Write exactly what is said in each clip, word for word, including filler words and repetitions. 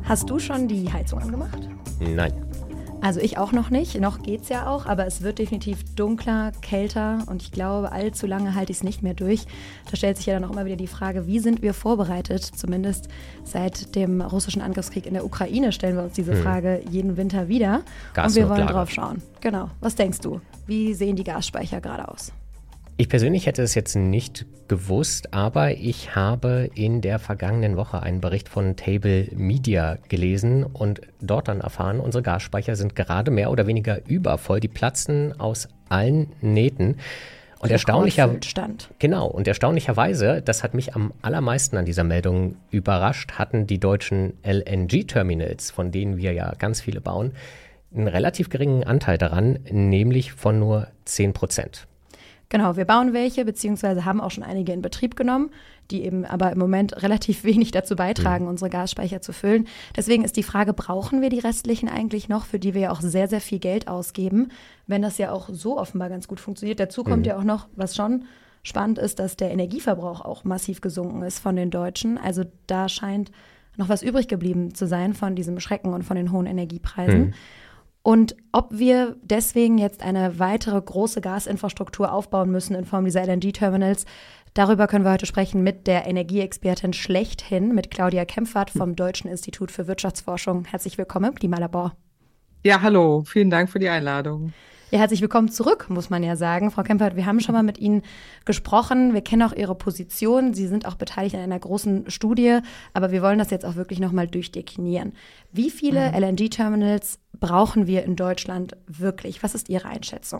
Hast du schon die Heizung angemacht? Nein. Also ich auch noch nicht. Noch geht's ja auch, aber es wird definitiv dunkler, kälter und ich glaube, allzu lange halte ich es nicht mehr durch. Da stellt sich ja dann auch immer wieder die Frage, wie sind wir vorbereitet? Zumindest seit dem russischen Angriffskrieg in der Ukraine stellen wir uns diese hm. Frage jeden Winter wieder. Und wir wollen drauf schauen. Genau. Was denkst du? Wie sehen die Gasspeicher gerade aus? Ich persönlich hätte es jetzt nicht gewusst, aber ich habe in der vergangenen Woche einen Bericht von Table Media gelesen und dort dann erfahren, unsere Gasspeicher sind gerade mehr oder weniger übervoll. Die platzen aus allen Nähten. Und erstaunlicher, genau, und erstaunlicherweise, das hat mich am allermeisten an dieser Meldung überrascht, hatten die deutschen L N G-Terminals, von denen wir ja ganz viele bauen, einen relativ geringen Anteil daran, nämlich von nur zehn Prozent. Genau, wir bauen welche, beziehungsweise haben auch schon einige in Betrieb genommen, die eben aber im Moment relativ wenig dazu beitragen, mhm. unsere Gasspeicher zu füllen. Deswegen ist die Frage, brauchen wir die restlichen eigentlich noch, für die wir ja auch sehr, sehr viel Geld ausgeben, wenn das ja auch so offenbar ganz gut funktioniert. Dazu kommt mhm. ja auch noch, was schon spannend ist, dass der Energieverbrauch auch massiv gesunken ist von den Deutschen. Also da scheint noch was übrig geblieben zu sein von diesem Schrecken und von den hohen Energiepreisen. Mhm. Und ob wir deswegen jetzt eine weitere große Gasinfrastruktur aufbauen müssen in Form dieser L N G-Terminals, darüber können wir heute sprechen mit der Energieexpertin schlechthin, mit Claudia Kempfert vom Deutschen Institut für Wirtschaftsforschung. Herzlich willkommen im Klimalabor. Ja, hallo, vielen Dank für die Einladung. Ja, herzlich willkommen zurück, muss man ja sagen. Frau Kempfert, wir haben schon mal mit Ihnen gesprochen. Wir kennen auch Ihre Position. Sie sind auch beteiligt an einer großen Studie. Aber wir wollen das jetzt auch wirklich noch mal durchdeklinieren. Wie viele mhm. L N G-Terminals brauchen wir in Deutschland wirklich? Was ist Ihre Einschätzung?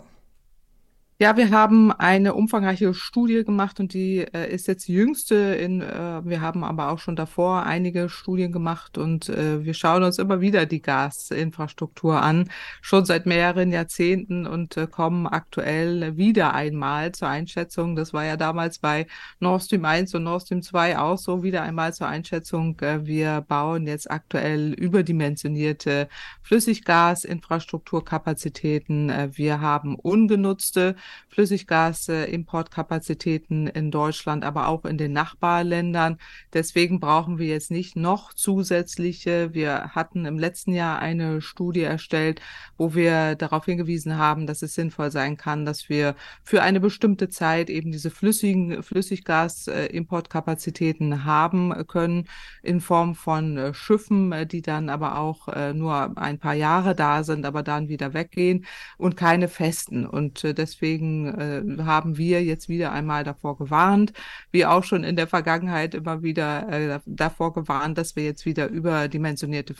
Ja, wir haben eine umfangreiche Studie gemacht und die äh, ist jetzt die jüngste. In, äh, wir haben aber auch schon davor einige Studien gemacht und äh, wir schauen uns immer wieder die Gasinfrastruktur an, schon seit mehreren Jahrzehnten und äh, kommen aktuell wieder einmal zur Einschätzung. Das war ja damals bei Nord Stream eins und Nord Stream zwei auch so, wieder einmal zur Einschätzung. Äh, wir bauen jetzt aktuell überdimensionierte Flüssiggasinfrastrukturkapazitäten. Äh, wir haben ungenutzte Flüssiggasimportkapazitäten in Deutschland, aber auch in den Nachbarländern. Deswegen brauchen wir jetzt nicht noch zusätzliche. Wir hatten im letzten Jahr eine Studie erstellt, wo wir darauf hingewiesen haben, dass es sinnvoll sein kann, dass wir für eine bestimmte Zeit eben diese flüssigen Flüssiggasimportkapazitäten haben können in Form von Schiffen, die dann aber auch nur ein paar Jahre da sind, aber dann wieder weggehen und keine festen. Und deswegen Deswegen äh, haben wir jetzt wieder einmal davor gewarnt, wie auch schon in der Vergangenheit immer wieder äh, davor gewarnt, dass wir jetzt wieder überdimensionierte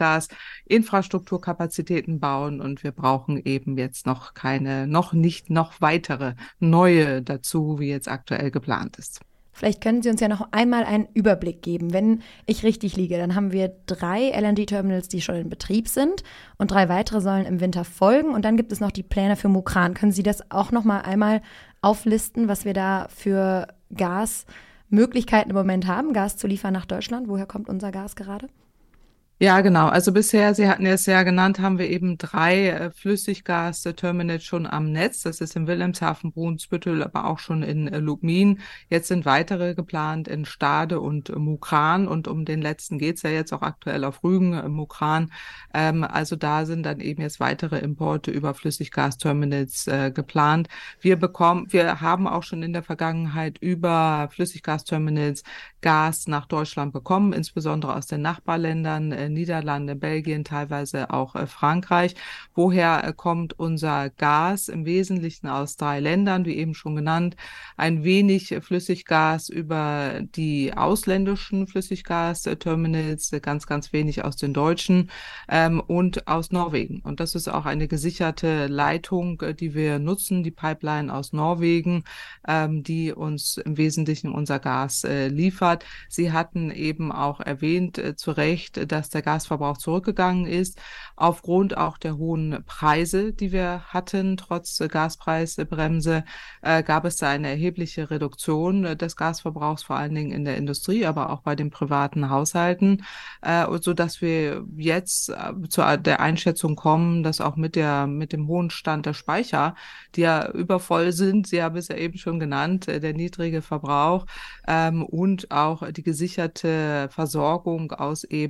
Flüssiggasinfrastrukturkapazitäten bauen und wir brauchen eben jetzt noch keine, noch nicht noch weitere neue dazu, wie jetzt aktuell geplant ist. Vielleicht können Sie uns ja noch einmal einen Überblick geben. Wenn ich richtig liege, dann haben wir drei L N G-Terminals, die schon in Betrieb sind und drei weitere sollen im Winter folgen. Und dann gibt es noch die Pläne für Mukran. Können Sie das auch noch mal einmal auflisten, was wir da für Gasmöglichkeiten im Moment haben, Gas zu liefern nach Deutschland? Woher kommt unser Gas gerade? Ja, genau. Also bisher, Sie hatten es ja genannt, haben wir eben drei äh, Flüssiggas-Terminals schon am Netz. Das ist in Wilhelmshaven, Brunsbüttel, aber auch schon in äh, Lubmin. Jetzt sind weitere geplant in Stade und äh, Mukran. Und um den letzten geht's ja jetzt auch aktuell auf Rügen, äh, Mukran. Ähm, also da sind dann eben jetzt weitere Importe über Flüssiggas-Terminals äh, geplant. Wir bekommen, wir haben auch schon in der Vergangenheit über Flüssiggas-Terminals Gas nach Deutschland bekommen, insbesondere aus den Nachbarländern, äh, Niederlande, Belgien, teilweise auch äh, Frankreich. Woher äh, kommt unser Gas? Im Wesentlichen aus drei Ländern, wie eben schon genannt. Ein wenig äh, Flüssiggas über die ausländischen Flüssiggasterminals, äh, ganz, ganz wenig aus den deutschen ähm, und aus Norwegen. Und das ist auch eine gesicherte Leitung, äh, die wir nutzen, die Pipeline aus Norwegen, ähm, die uns im Wesentlichen unser Gas äh, liefert. Sie hatten eben auch erwähnt, äh, zu Recht, dass der Gasverbrauch zurückgegangen ist, aufgrund auch der hohen Preise, die wir hatten. Trotz äh, Gaspreisbremse äh, gab es da eine erhebliche Reduktion äh, des Gasverbrauchs, vor allen Dingen in der Industrie, aber auch bei den privaten Haushalten, äh, so dass wir jetzt äh, zu der Einschätzung kommen, dass auch mit der mit dem hohen Stand der Speicher, die ja übervoll sind, Sie haben es ja eben schon genannt, äh, der niedrige Verbrauch ähm, und auch die gesicherte Versorgung aus eben die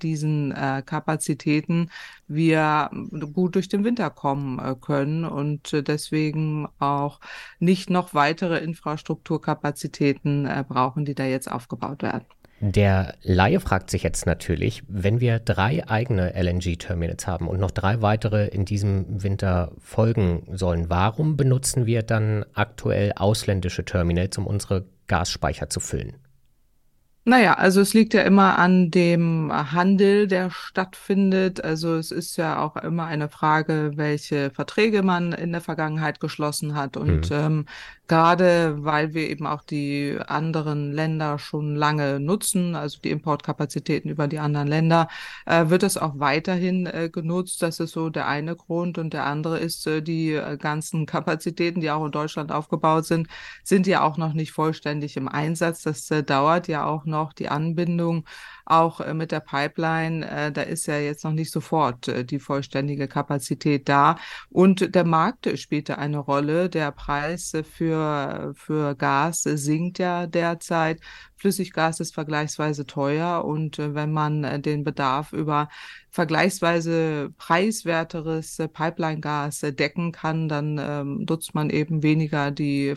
diesen äh, Kapazitäten wir gut durch den Winter kommen äh, können und äh, deswegen auch nicht noch weitere Infrastrukturkapazitäten äh, brauchen, die da jetzt aufgebaut werden. Der Laie fragt sich jetzt natürlich, wenn wir drei eigene L N G-Terminals haben und noch drei weitere in diesem Winter folgen sollen, warum benutzen wir dann aktuell ausländische Terminals, um unsere Gasspeicher zu füllen? Naja, also es liegt ja immer an dem Handel, der stattfindet. Also es ist ja auch immer eine Frage, welche Verträge man in der Vergangenheit geschlossen hat. Und Hm. ähm, gerade weil wir eben auch die anderen Länder schon lange nutzen, also die Importkapazitäten über die anderen Länder, äh, wird es auch weiterhin äh, genutzt. Das ist so der eine Grund. Und der andere ist, äh, die äh, ganzen Kapazitäten, die auch in Deutschland aufgebaut sind, sind ja auch noch nicht vollständig im Einsatz. Das äh, dauert ja auch noch die Anbindung auch äh, mit der Pipeline. Äh, da ist ja jetzt noch nicht sofort äh, die vollständige Kapazität da. Und der Markt äh, spielte eine Rolle. Der Preis äh, für, für Gas äh, sinkt ja derzeit. Flüssiggas ist vergleichsweise teuer und äh, wenn man äh, den Bedarf über vergleichsweise preiswerteres äh, Pipeline-Gas äh, decken kann, dann ähm, nutzt man eben weniger die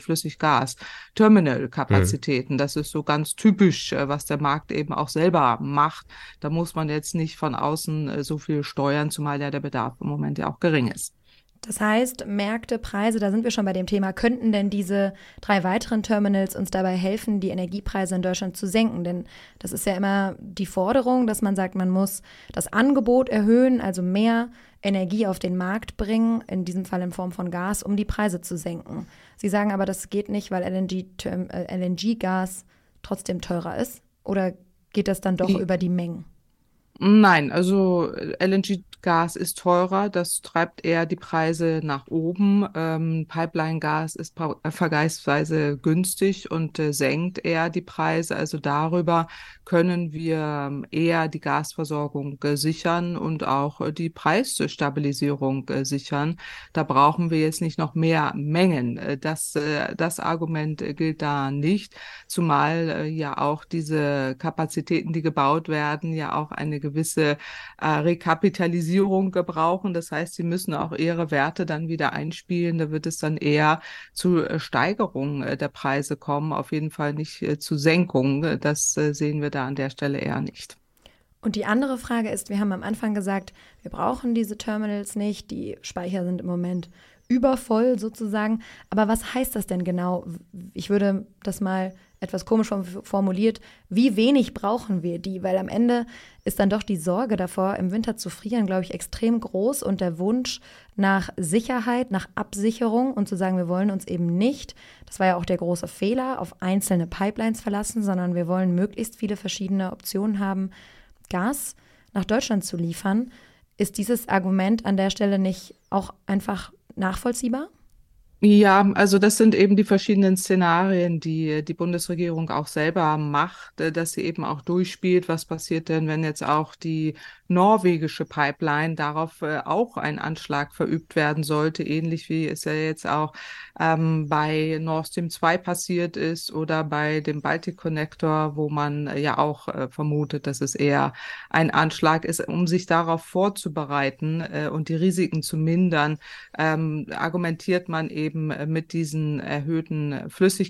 Flüssiggas-Terminal-Kapazitäten. Das ist so ganz typisch, äh, was der Markt eben auch selber macht. Da muss man jetzt nicht von außen äh, so viel steuern, zumal ja der Bedarf im Moment ja auch gering ist. Das heißt, Märkte, Preise, da sind wir schon bei dem Thema, könnten denn diese drei weiteren Terminals uns dabei helfen, die Energiepreise in Deutschland zu senken? Denn das ist ja immer die Forderung, dass man sagt, man muss das Angebot erhöhen, also mehr Energie auf den Markt bringen, in diesem Fall in Form von Gas, um die Preise zu senken. Sie sagen aber, das geht nicht, weil L N G, äh, L N G-Gas trotzdem teurer ist? Oder geht das dann doch Die über die Mengen? Nein, also L N G-Gas ist teurer, das treibt eher die Preise nach oben. Ähm, Pipeline-Gas ist pa- äh, vergleichsweise günstig und äh, senkt eher die Preise. Also darüber können wir ähm, eher die Gasversorgung äh, sichern und auch äh, die Preisstabilisierung äh, sichern. Da brauchen wir jetzt nicht noch mehr Mengen. Äh, das, äh, das Argument äh, gilt da nicht, zumal äh, ja auch diese Kapazitäten, die gebaut werden, ja auch eine gewisse äh, Rekapitalisierung brauchen. Das heißt, sie müssen auch ihre Werte dann wieder einspielen. Da wird es dann eher zu äh, Steigerungen äh, der Preise kommen, auf jeden Fall nicht äh, zu Senkungen. Das äh, sehen wir da an der Stelle eher nicht. Und die andere Frage ist, wir haben am Anfang gesagt, wir brauchen diese Terminals nicht, die Speicher sind im Moment übervoll sozusagen. Aber was heißt das denn genau? Ich würde das mal etwas komisch formuliert, wie wenig brauchen wir die? Weil am Ende ist dann doch die Sorge davor, im Winter zu frieren, glaube ich, extrem groß und der Wunsch nach Sicherheit, nach Absicherung und zu sagen, wir wollen uns eben nicht, das war ja auch der große Fehler, auf einzelne Pipelines verlassen, sondern wir wollen möglichst viele verschiedene Optionen haben, Gas nach Deutschland zu liefern. Ist dieses Argument an der Stelle nicht auch einfach nachvollziehbar? Ja, also das sind eben die verschiedenen Szenarien, die die Bundesregierung auch selber macht, äh, dass sie eben auch durchspielt, was passiert denn, wenn jetzt auch die norwegische Pipeline darauf äh, auch ein Anschlag verübt werden sollte, ähnlich wie es ja jetzt auch ähm, bei Nord Stream zwei passiert ist oder bei dem Baltic Connector, wo man äh, ja auch äh, vermutet, dass es eher ein Anschlag ist, um sich darauf vorzubereiten äh, und die Risiken zu mindern, ähm, argumentiert man eben mit diesen erhöhten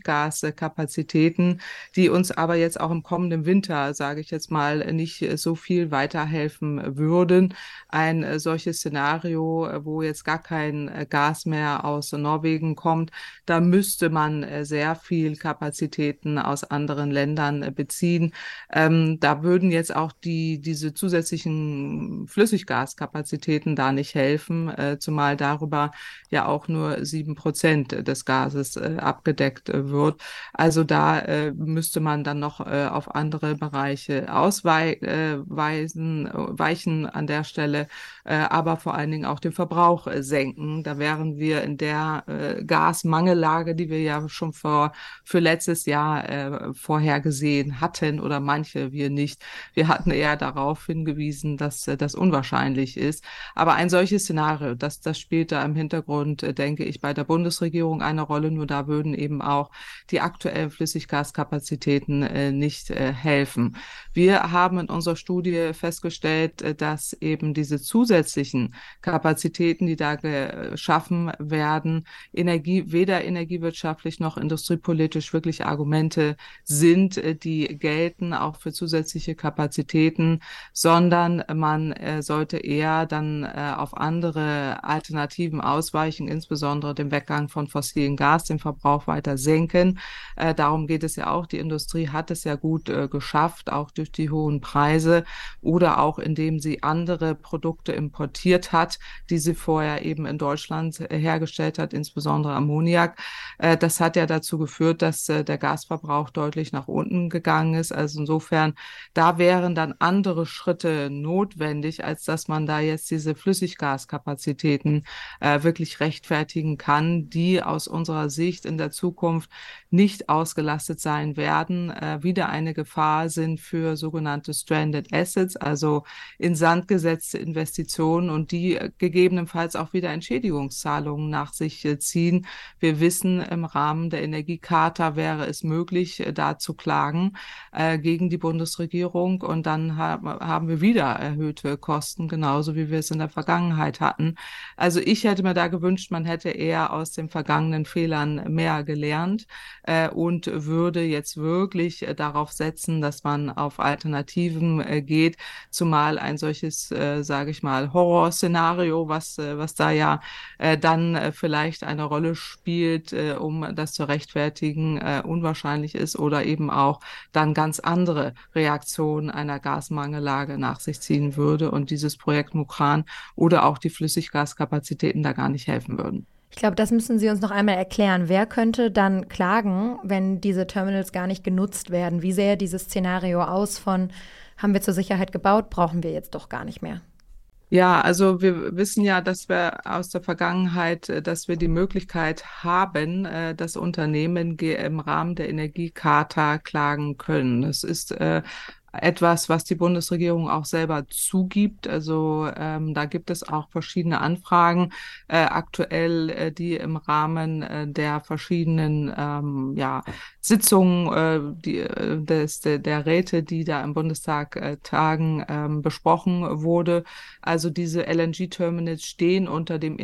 Flüssiggaskapazitäten, die uns aber jetzt auch im kommenden Winter, sage ich jetzt mal, nicht so viel weiterhelfen würden. Ein solches Szenario, wo jetzt gar kein Gas mehr aus Norwegen kommt, da müsste man sehr viel Kapazitäten aus anderen Ländern beziehen. Ähm, da würden jetzt auch die, diese zusätzlichen Flüssiggaskapazitäten da nicht helfen, äh, zumal darüber ja auch nur sieben Prozent des Gases äh, abgedeckt äh, wird. Also da äh, müsste man dann noch äh, auf andere Bereiche ausweisen, äh, weichen an der Stelle, äh, aber vor allen Dingen auch den Verbrauch äh, senken. Da wären wir in der äh, Gasmangellage, die wir ja schon vor, für letztes Jahr äh, vorhergesehen hatten oder manche wir nicht. Wir hatten eher darauf hingewiesen, dass äh, das unwahrscheinlich ist. Aber ein solches Szenario, das, das spielt da im Hintergrund, äh, denke ich, bei der Bundesregierung Bundesregierung eine Rolle, nur da würden eben auch die aktuellen Flüssiggaskapazitäten äh, nicht äh, helfen. Wir haben in unserer Studie festgestellt, äh, dass eben diese zusätzlichen Kapazitäten, die da geschaffen werden, Energie, weder energiewirtschaftlich noch industriepolitisch wirklich Argumente sind, äh, die gelten auch für zusätzliche Kapazitäten, sondern man äh, sollte eher dann äh, auf andere Alternativen ausweichen, insbesondere den Weggang von fossilen Gas, den Verbrauch weiter senken. Äh, darum geht es ja auch. Die Industrie hat es ja gut äh, geschafft, auch durch die hohen Preise oder auch indem sie andere Produkte importiert hat, die sie vorher eben in Deutschland äh, hergestellt hat, insbesondere Ammoniak. Äh, das hat ja dazu geführt, dass äh, der Gasverbrauch deutlich nach unten gegangen ist. Also insofern, da wären dann andere Schritte notwendig, als dass man da jetzt diese Flüssiggaskapazitäten äh, wirklich rechtfertigen kann, die aus unserer Sicht in der Zukunft nicht ausgelastet sein werden, äh, wieder eine Gefahr sind für sogenannte Stranded Assets, also in Sand gesetzte Investitionen und die äh, gegebenenfalls auch wieder Entschädigungszahlungen nach sich äh, ziehen. Wir wissen, im Rahmen der Energiecharta wäre es möglich, äh, da zu klagen äh, gegen die Bundesregierung und dann ha haben wir wieder erhöhte Kosten, genauso wie wir es in der Vergangenheit hatten. Also ich hätte mir da gewünscht, man hätte eher aus den vergangenen Fehlern mehr gelernt äh, und würde jetzt wirklich äh, darauf setzen, dass man auf Alternativen äh, geht, zumal ein solches, äh, sage ich mal, Horrorszenario, was, äh, was da ja äh, dann äh, vielleicht eine Rolle spielt, äh, um das zu rechtfertigen, äh, unwahrscheinlich ist oder eben auch dann ganz andere Reaktionen einer Gasmangellage nach sich ziehen würde und dieses Projekt Mukran oder auch die Flüssiggaskapazitäten da gar nicht helfen würden. Ich glaube, das müssen Sie uns noch einmal erklären. Wer könnte dann klagen, wenn diese Terminals gar nicht genutzt werden? Wie sähe dieses Szenario aus von, haben wir zur Sicherheit gebaut, brauchen wir jetzt doch gar nicht mehr? Ja, also wir wissen ja, dass wir aus der Vergangenheit, äh, dass wir die Möglichkeit haben, äh, dass Unternehmen im Rahmen der Energiecharta klagen können. Das ist äh, etwas, was die Bundesregierung auch selber zugibt. Also ähm, da gibt es auch verschiedene Anfragen äh, aktuell, äh, die im Rahmen äh, der verschiedenen ähm, ja, Sitzungen äh, die, äh, des, der, der Räte, die da im Bundestag äh, tagen, ähm, besprochen wurde. Also diese L N G-Terminals stehen unter dem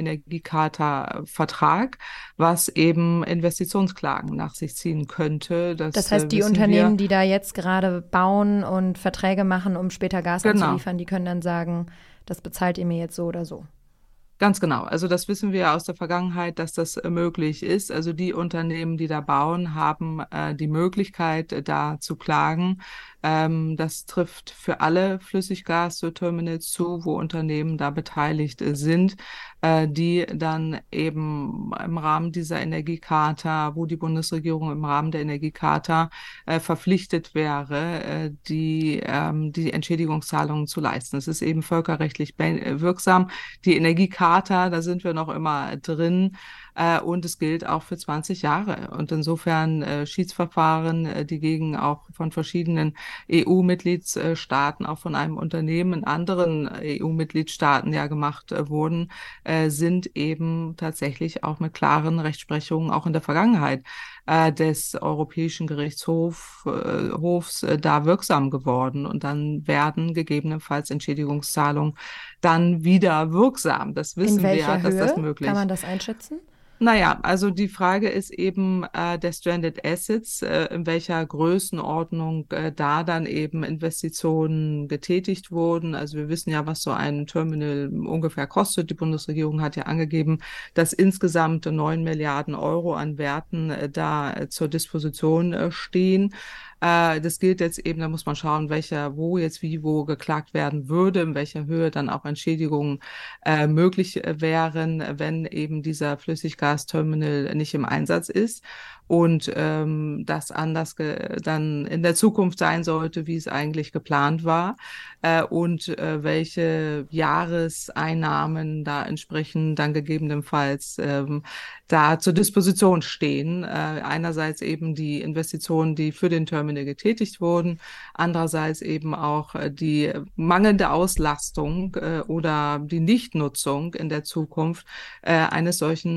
Energiecharta-Vertrag, was eben Investitionsklagen nach sich ziehen könnte. Das, das heißt, die äh, Unternehmen, wir. die da jetzt gerade bauen und Verträge machen, um später Gas Genau. anzuliefern, die können dann sagen, das bezahlt ihr mir jetzt so oder so. Ganz genau. Also das wissen wir aus der Vergangenheit, dass das äh, möglich ist. Also die Unternehmen, die da bauen, haben äh, die Möglichkeit, äh, da zu klagen. Ähm, das trifft für alle Flüssiggas-Terminals zu, wo Unternehmen da beteiligt äh, sind, äh, die dann eben im Rahmen dieser Energiecharta, wo die Bundesregierung im Rahmen der Energiecharta äh, verpflichtet wäre, äh, die, ähm, die Entschädigungszahlungen zu leisten. Das ist eben völkerrechtlich wirksam. Die Energiecharta da sind wir noch immer drin äh, und es gilt auch für zwanzig Jahre. Und insofern äh, Schiedsverfahren, äh, die gegen auch von verschiedenen E U-Mitgliedstaaten, auch von einem Unternehmen in anderen E U-Mitgliedstaaten ja gemacht äh, wurden, äh, sind eben tatsächlich auch mit klaren Rechtsprechungen auch in der Vergangenheit äh, des Europäischen Gerichtshofs äh, Hofs, äh, da wirksam geworden. Und dann werden gegebenenfalls Entschädigungszahlungen dann wieder wirksam. Das wissen In welcher wir ja, dass Höhe das möglich ist. kann man das einschätzen? Naja, also die Frage ist eben äh, der Stranded Assets, äh, in welcher Größenordnung äh, da dann eben Investitionen getätigt wurden. Also wir wissen ja, was so ein Terminal ungefähr kostet. Die Bundesregierung hat ja angegeben, dass insgesamt neun Milliarden Euro an Werten äh, da äh, zur Disposition äh, stehen. Äh, das gilt jetzt eben, da muss man schauen, welcher, wo jetzt wie wo geklagt werden würde, in welcher Höhe dann auch Entschädigungen äh, möglich wären, wenn eben dieser Flüssiggasterminal nicht im Einsatz ist und ähm, das anders dann in der Zukunft sein sollte, wie es eigentlich geplant war äh, und äh, welche Jahreseinnahmen da entsprechend dann gegebenenfalls ähm, da zur Disposition stehen. Äh, einerseits eben die Investitionen, die für den Terminal getätigt wurden, andererseits eben auch äh, die mangelnde Auslastung äh, oder die Nichtnutzung in der Zukunft äh, eines solchen äh, Terminals.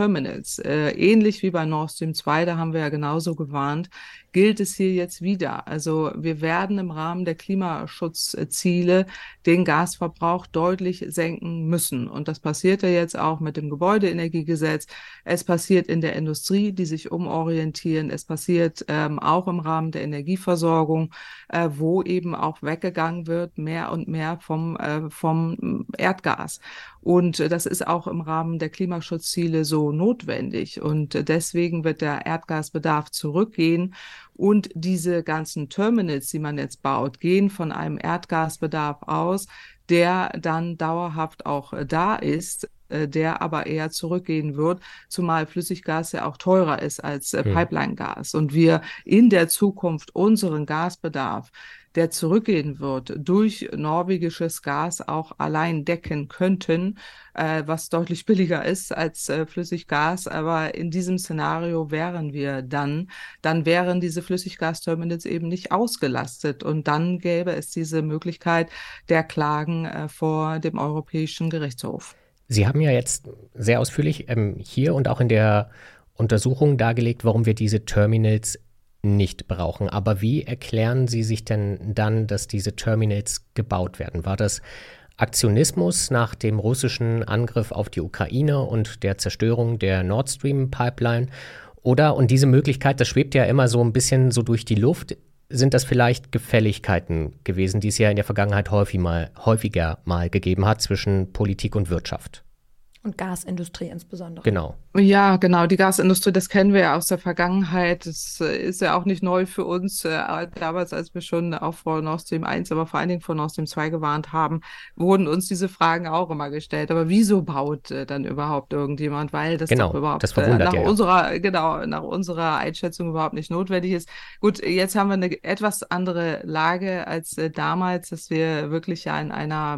Terminals, äh, ähnlich wie bei Nord Stream zwei, da haben wir ja genauso gewarnt, gilt es hier jetzt wieder. Also wir werden im Rahmen der Klimaschutzziele den Gasverbrauch deutlich senken müssen. Und das passiert ja jetzt auch mit dem Gebäudeenergiegesetz. Es passiert in der Industrie, die sich umorientieren. Es passiert ähm, auch im Rahmen der Energieversorgung, äh, wo eben auch weggegangen wird, mehr und mehr vom, äh, vom Erdgas. Und äh, das ist auch im Rahmen der Klimaschutzziele so notwendig. Und äh, deswegen wird der Erdgasbedarf zurückgehen. Und diese ganzen Terminals, die man jetzt baut, gehen von einem Erdgasbedarf aus, der dann dauerhaft auch äh, da ist, äh, der aber eher zurückgehen wird, zumal Flüssiggas ja auch teurer ist als äh, Pipeline-Gas. Und wir in der Zukunft unseren Gasbedarf, der zurückgehen wird, durch norwegisches Gas auch allein decken könnten, äh, was deutlich billiger ist als äh, Flüssiggas. Aber in diesem Szenario wären wir dann, dann wären diese Flüssiggasterminals eben nicht ausgelastet. Und dann gäbe es diese Möglichkeit der Klagen äh, vor dem Europäischen Gerichtshof. Sie haben ja jetzt sehr ausführlich ähm, hier und auch in der Untersuchung dargelegt, warum wir diese Terminals nicht brauchen. Aber wie erklären Sie sich denn dann, dass diese Terminals gebaut werden? War das Aktionismus nach dem russischen Angriff auf die Ukraine und der Zerstörung der Nord Stream Pipeline? Oder, und diese Möglichkeit, das schwebt ja immer so ein bisschen so durch die Luft, sind das vielleicht Gefälligkeiten gewesen, die es ja in der Vergangenheit häufig mal, häufiger mal gegeben hat zwischen Politik und Wirtschaft? Und Gasindustrie insbesondere. Genau. Ja, genau. Die Gasindustrie, das kennen wir ja aus der Vergangenheit. Das ist ja auch nicht neu für uns. Äh, damals, als wir schon auch vor Nord Stream eins, aber vor allen Dingen vor Nord Stream zwei gewarnt haben, wurden uns diese Fragen auch immer gestellt. Aber wieso baut äh, dann überhaupt irgendjemand? Weil das genau, doch überhaupt das verwundert äh, nach ja, ja. unserer, genau, nach unserer Einschätzung überhaupt nicht notwendig ist. Gut, jetzt haben wir eine etwas andere Lage als äh, damals, dass wir wirklich ja in einer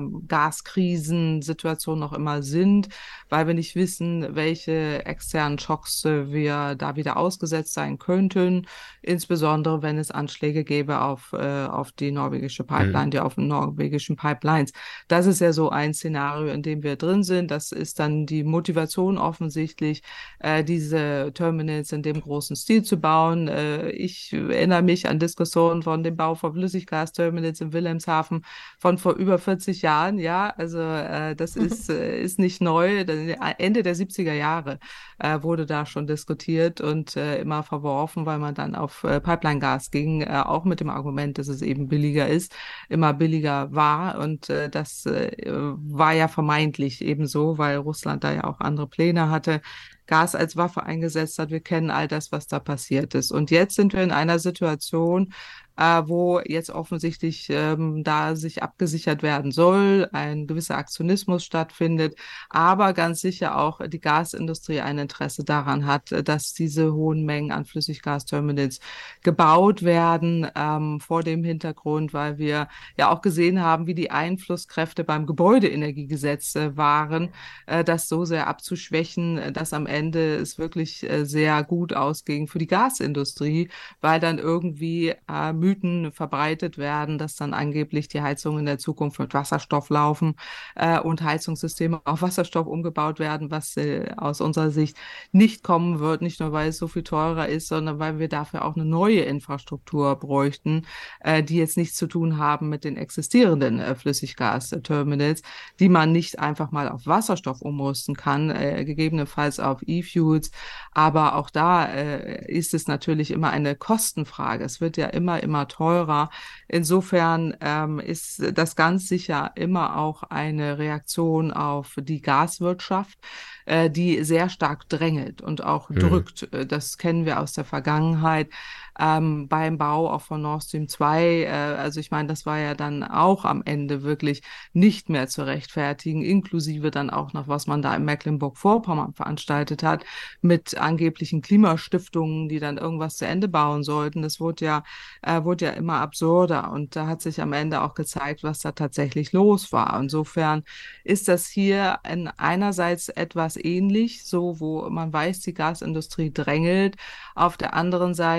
Gaskrisensituation noch immer sind, weil wir nicht wissen, welche externen Schocks äh, wir da wieder ausgesetzt sein könnten, insbesondere wenn es Anschläge gäbe auf, äh, auf die norwegische Pipeline, mhm. die auf den norwegischen Pipelines. Das ist ja so ein Szenario, in dem wir drin sind. Das ist dann die Motivation offensichtlich, äh, diese Terminals in dem großen Stil zu bauen. Äh, ich erinnere mich an Diskussionen von dem Bau von Flüssiggasterminals in Wilhelmshaven von vor über vierzig Jahren. Ja, also äh, das ist, äh, ist nicht neu. Ende der siebziger Jahre äh, wurde da schon diskutiert und äh, immer verworfen, weil man dann auf äh, Pipeline-Gas ging, äh, auch mit dem Argument, dass es eben billiger ist, immer billiger war. Und äh, das äh, war ja vermeintlich ebenso, weil Russland da ja auch andere Pläne hatte, Gas als Waffe eingesetzt hat. Wir kennen all das, was da passiert ist. Und jetzt sind wir in einer Situation, äh, wo jetzt offensichtlich ähm, da sich abgesichert werden soll, ein gewisser Aktionismus stattfindet, aber ganz sicher auch die Gasindustrie ein Interesse daran hat, dass diese hohen Mengen an Flüssiggasterminals gebaut werden, ähm, vor dem Hintergrund, weil wir ja auch gesehen haben, wie die Einflusskräfte beim Gebäudeenergiegesetz äh, waren, äh, das so sehr abzuschwächen, dass am Ende es wirklich äh, sehr gut ausging für die Gasindustrie, weil dann irgendwie äh, Mythen verbreitet werden, dass dann angeblich die Heizungen in der Zukunft mit Wasserstoff laufen äh, und Heizungssysteme auf Wasserstoff umgebaut werden, was äh, aus unserer Sicht nicht kommen wird, nicht nur weil es so viel teurer ist, sondern weil wir dafür auch eine neue Infrastruktur bräuchten, äh, die jetzt nichts zu tun haben mit den existierenden äh, Flüssiggasterminals, die man nicht einfach mal auf Wasserstoff umrüsten kann, äh, gegebenenfalls auf E-Fuels, aber auch da äh, ist es natürlich immer eine Kostenfrage. Es wird ja immer, immer teurer. Insofern ähm, ist das ganz sicher immer auch eine Reaktion auf die Gaswirtschaft, äh, die sehr stark drängelt und auch mhm. drückt. Das kennen wir aus der Vergangenheit. Ähm, beim Bau auch von Nord Stream zwei, äh, also ich meine, das war ja dann auch am Ende wirklich nicht mehr zu rechtfertigen, inklusive dann auch noch, was man da in Mecklenburg-Vorpommern veranstaltet hat, mit angeblichen Klimastiftungen, die dann irgendwas zu Ende bauen sollten. Das wurde ja, äh, wurde ja immer absurder und da hat sich am Ende auch gezeigt, was da tatsächlich los war. Insofern ist das hier in einerseits etwas ähnlich, so wo man weiß, die Gasindustrie drängelt, auf der anderen Seite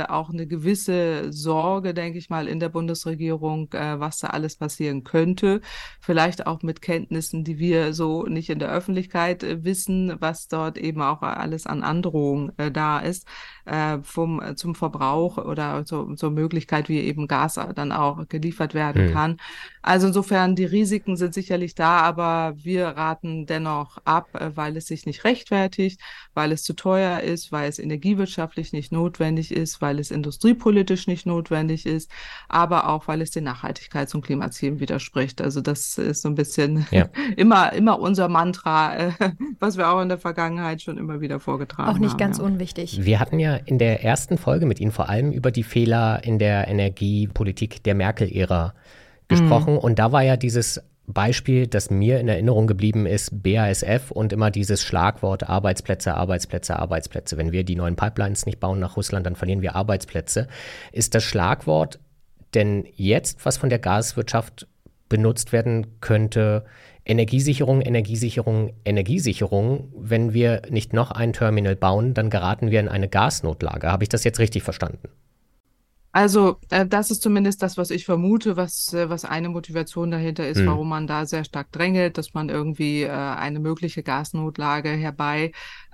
äh, auch eine gewisse Sorge, denke ich mal, in der Bundesregierung, äh, was da alles passieren könnte. Vielleicht auch mit Kenntnissen, die wir so nicht in der Öffentlichkeit äh, wissen, was dort eben auch alles an Androhung äh, da ist, äh, vom, zum Verbrauch oder zu, zur Möglichkeit, wie eben Gas dann auch geliefert werden Hm. kann. Also insofern, die Risiken sind sicherlich da, aber wir raten dennoch ab, äh, weil es sich nicht rechtfertigt, weil es zu teuer ist, weil es energiewirtschaftlich nicht notwendig ist, weil es industriepolitisch nicht notwendig ist, aber auch, weil es den Nachhaltigkeits- und Klimazielen widerspricht. Also das ist so ein bisschen Ja. immer, immer unser Mantra, äh, was wir auch in der Vergangenheit schon immer wieder vorgetragen haben. Auch nicht ganz ja. unwichtig. Wir hatten ja in der ersten Folge mit Ihnen vor allem über die Fehler in der Energiepolitik der Merkel-Ära gesprochen. Mhm. Und da war ja dieses Beispiel, das mir in Erinnerung geblieben ist, B A S F und immer dieses Schlagwort Arbeitsplätze, Arbeitsplätze, Arbeitsplätze. Wenn wir die neuen Pipelines nicht bauen nach Russland, dann verlieren wir Arbeitsplätze. Ist das Schlagwort denn jetzt, was von der Gaswirtschaft benutzt werden könnte, Energiesicherung, Energiesicherung, Energiesicherung? Wenn wir nicht noch ein Terminal bauen, dann geraten wir in eine Gasnotlage. Habe ich das jetzt richtig verstanden? Also äh, das ist zumindest das, was ich vermute, was, äh, was eine Motivation dahinter ist, mhm. warum man da sehr stark drängelt, dass man irgendwie äh, eine mögliche Gasnotlage herbei,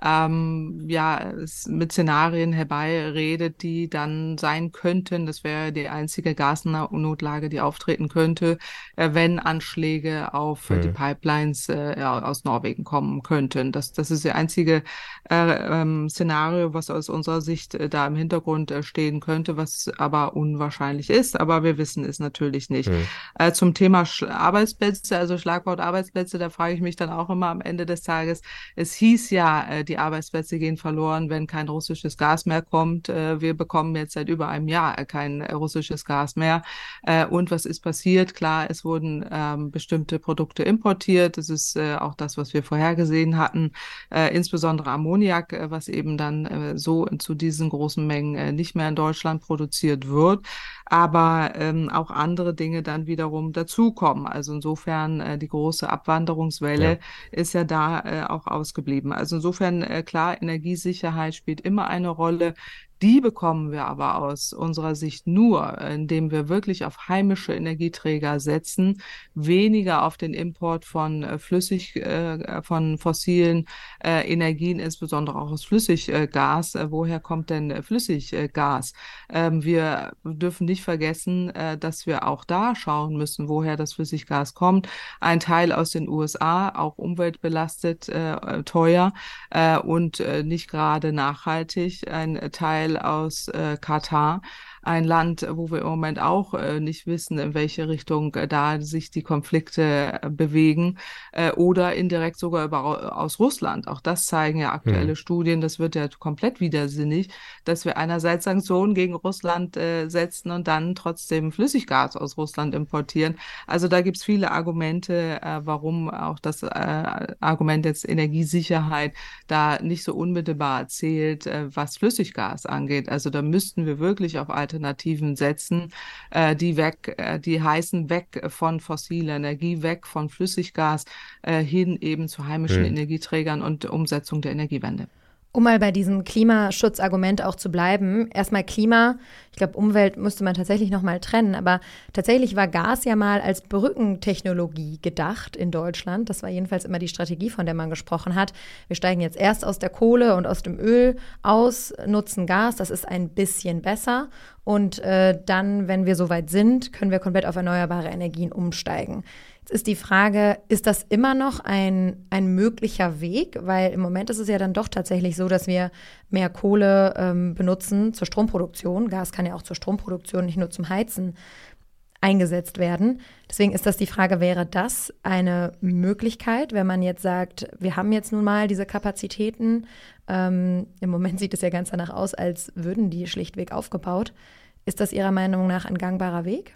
ähm, ja, mit Szenarien herbeiredet, die dann sein könnten. Das wäre die einzige Gasnotlage, die auftreten könnte, äh, wenn Anschläge auf mhm. die Pipelines äh, aus Norwegen kommen könnten. Das, das ist das einzige äh, ähm, Szenario, was aus unserer Sicht äh, da im Hintergrund äh, stehen könnte, was aber unwahrscheinlich ist, aber wir wissen es natürlich nicht. Mhm. Äh, zum Thema Sch- Arbeitsplätze, also Schlagwort Arbeitsplätze, da frage ich mich dann auch immer am Ende des Tages, es hieß ja, äh, die Arbeitsplätze gehen verloren, wenn kein russisches Gas mehr kommt. Äh, wir bekommen jetzt seit über einem Jahr kein äh, russisches Gas mehr. Äh, und was ist passiert? Klar, es wurden ähm, bestimmte Produkte importiert. Das ist äh, auch das, was wir vorhergesehen hatten, äh, insbesondere Ammoniak, äh, was eben dann äh, so zu diesen großen Mengen äh, nicht mehr in Deutschland produziert wird, aber ähm, auch andere Dinge dann wiederum dazukommen. Also insofern äh, die große Abwanderungswelle ja. ist ja da äh, auch ausgeblieben. Also insofern äh, klar, Energiesicherheit spielt immer eine Rolle. Die bekommen wir aber aus unserer Sicht nur, indem wir wirklich auf heimische Energieträger setzen, weniger auf den Import von äh, Flüssig, äh, von fossilen äh, Energien, insbesondere auch aus Flüssiggas. Äh, woher kommt denn äh, Flüssiggas? Ähm, wir dürfen nicht vergessen, äh, dass wir auch da schauen müssen, woher das Flüssiggas kommt. Ein Teil aus den U S A, auch umweltbelastet, äh, teuer äh, und äh, nicht gerade nachhaltig. Ein Teil aus äh, Katar, ein Land, wo wir im Moment auch äh, nicht wissen, in welche Richtung äh, da sich die Konflikte äh, bewegen äh, oder indirekt sogar über, aus Russland. Auch das zeigen ja aktuelle mhm. Studien. Das wird ja komplett widersinnig, dass wir einerseits Sanktionen gegen Russland äh, setzen und dann trotzdem Flüssiggas aus Russland importieren. Also da gibt es viele Argumente, äh, warum auch das äh, Argument jetzt Energiesicherheit da nicht so unmittelbar zählt, äh, was Flüssiggas angeht. Also da müssten wir wirklich auf Alternativen setzen, äh, die weg, äh, die heißen weg von fossiler Energie, weg von Flüssiggas, äh, hin eben zu heimischen mhm. Energieträgern und Umsetzung der Energiewende. Um mal bei diesem Klimaschutzargument auch zu bleiben, erstmal Klima, ich glaube Umwelt müsste man tatsächlich nochmal trennen, aber tatsächlich war Gas ja mal als Brückentechnologie gedacht in Deutschland. Das war jedenfalls immer die Strategie, von der man gesprochen hat. Wir steigen jetzt erst aus der Kohle und aus dem Öl aus, nutzen Gas, das ist ein bisschen besser. Und äh, dann, wenn wir soweit sind, können wir komplett auf erneuerbare Energien umsteigen. Jetzt ist die Frage, ist das immer noch ein, ein möglicher Weg? Weil im Moment ist es ja dann doch tatsächlich so, dass wir mehr Kohle ähm, benutzen zur Stromproduktion. Gas kann ja auch zur Stromproduktion, nicht nur zum Heizen eingesetzt werden. Deswegen ist das die Frage, wäre das eine Möglichkeit, wenn man jetzt sagt, wir haben jetzt nun mal diese Kapazitäten. Ähm, im Moment sieht es ja ganz danach aus, als würden die schlichtweg aufgebaut. Ist das Ihrer Meinung nach ein gangbarer Weg?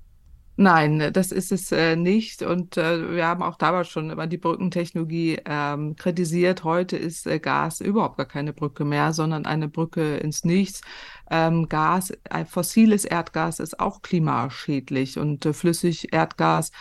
Nein, das ist es äh, nicht. Und äh, wir haben auch damals schon immer die Brückentechnologie ähm, kritisiert. Heute ist äh, Gas überhaupt gar keine Brücke mehr, sondern eine Brücke ins Nichts. Ähm, Gas, ein fossiles Erdgas ist auch klimaschädlich und äh, flüssig Erdgas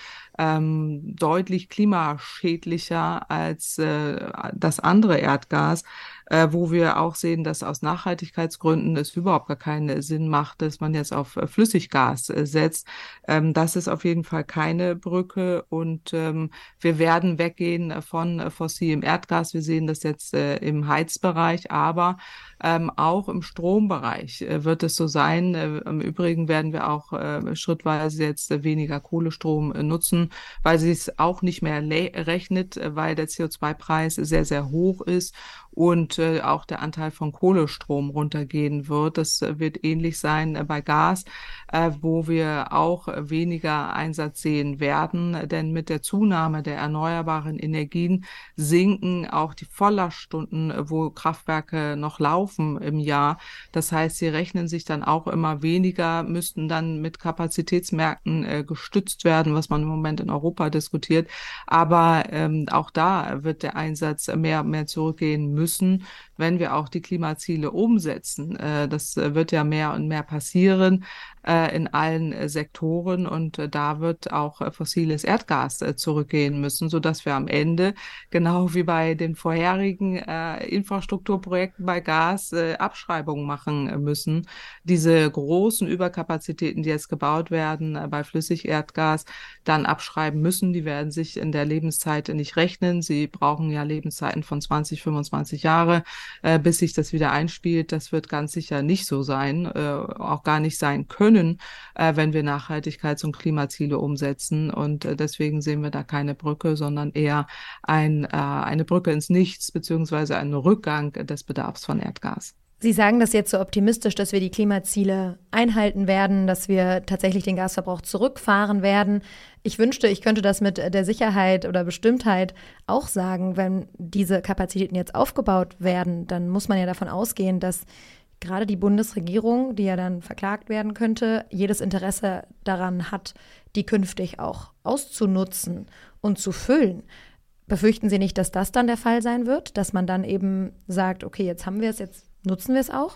ähm, deutlich klimaschädlicher als äh, das andere Erdgas, äh, wo wir auch sehen, dass aus Nachhaltigkeitsgründen es überhaupt gar keinen Sinn macht, dass man jetzt auf äh, Flüssiggas äh, setzt. Ähm, das ist auf jeden Fall keine Brücke und ähm, wir werden weggehen von äh, fossilem Erdgas. Wir sehen das jetzt äh, im Heizbereich, aber ähm, auch im Strombereich äh, wird es so sein. Äh, im Übrigen werden wir auch äh, schrittweise jetzt äh, weniger Kohlestrom äh, nutzen, weil sie es auch nicht mehr rechnet, äh, weil der C O zwei Preis sehr, sehr hoch ist und äh, auch der Anteil von Kohlestrom runtergehen wird. Das äh, wird ähnlich sein äh, bei Gas, äh, wo wir auch äh, weniger Einsatz sehen werden, denn mit der Zunahme der erneuerbaren Energien sinken auch die Volllaststunden, äh, wo Kraftwerke noch laufen im Jahr. Das heißt, sie rechnen sich dann auch immer weniger, müssten dann mit Kapazitätsmärkten äh, gestützt werden, was man im Moment in Europa diskutiert. Aber ähm, auch da wird der Einsatz mehr und mehr zurückgehen müssen, wenn wir auch die Klimaziele umsetzen. Äh, das wird ja mehr und mehr passieren äh, in allen äh, Sektoren und äh, da wird auch äh, fossiles Erdgas äh, zurückgehen müssen, sodass wir am Ende, genau wie bei den vorherigen äh, Infrastrukturprojekten bei Gas, äh, Abschreibungen machen müssen. Diese großen Überkapazitäten, die jetzt gebaut werden äh, bei Flüssigerdgas, dann abschreiben müssen. Die werden sich in der Lebenszeit nicht rechnen. Sie brauchen ja Lebenszeiten von zwanzig, fünfundzwanzig Jahre, äh, bis sich das wieder einspielt. Das wird ganz sicher nicht so sein, äh, auch gar nicht sein können, äh, wenn wir Nachhaltigkeits- und Klimaziele umsetzen. Und äh, deswegen sehen wir da keine Brücke, sondern eher ein, äh, eine Brücke ins Nichts beziehungsweise einen Rückgang des Bedarfs von Erdgas. Sie sagen das jetzt so optimistisch, dass wir die Klimaziele einhalten werden, dass wir tatsächlich den Gasverbrauch zurückfahren werden. Ich wünschte, ich könnte das mit der Sicherheit oder Bestimmtheit auch sagen. Wenn diese Kapazitäten jetzt aufgebaut werden, dann muss man ja davon ausgehen, dass gerade die Bundesregierung, die ja dann verklagt werden könnte, jedes Interesse daran hat, die künftig auch auszunutzen und zu füllen. Befürchten Sie nicht, dass das dann der Fall sein wird, dass man dann eben sagt, okay, jetzt haben wir es, jetzt nutzen wir es auch?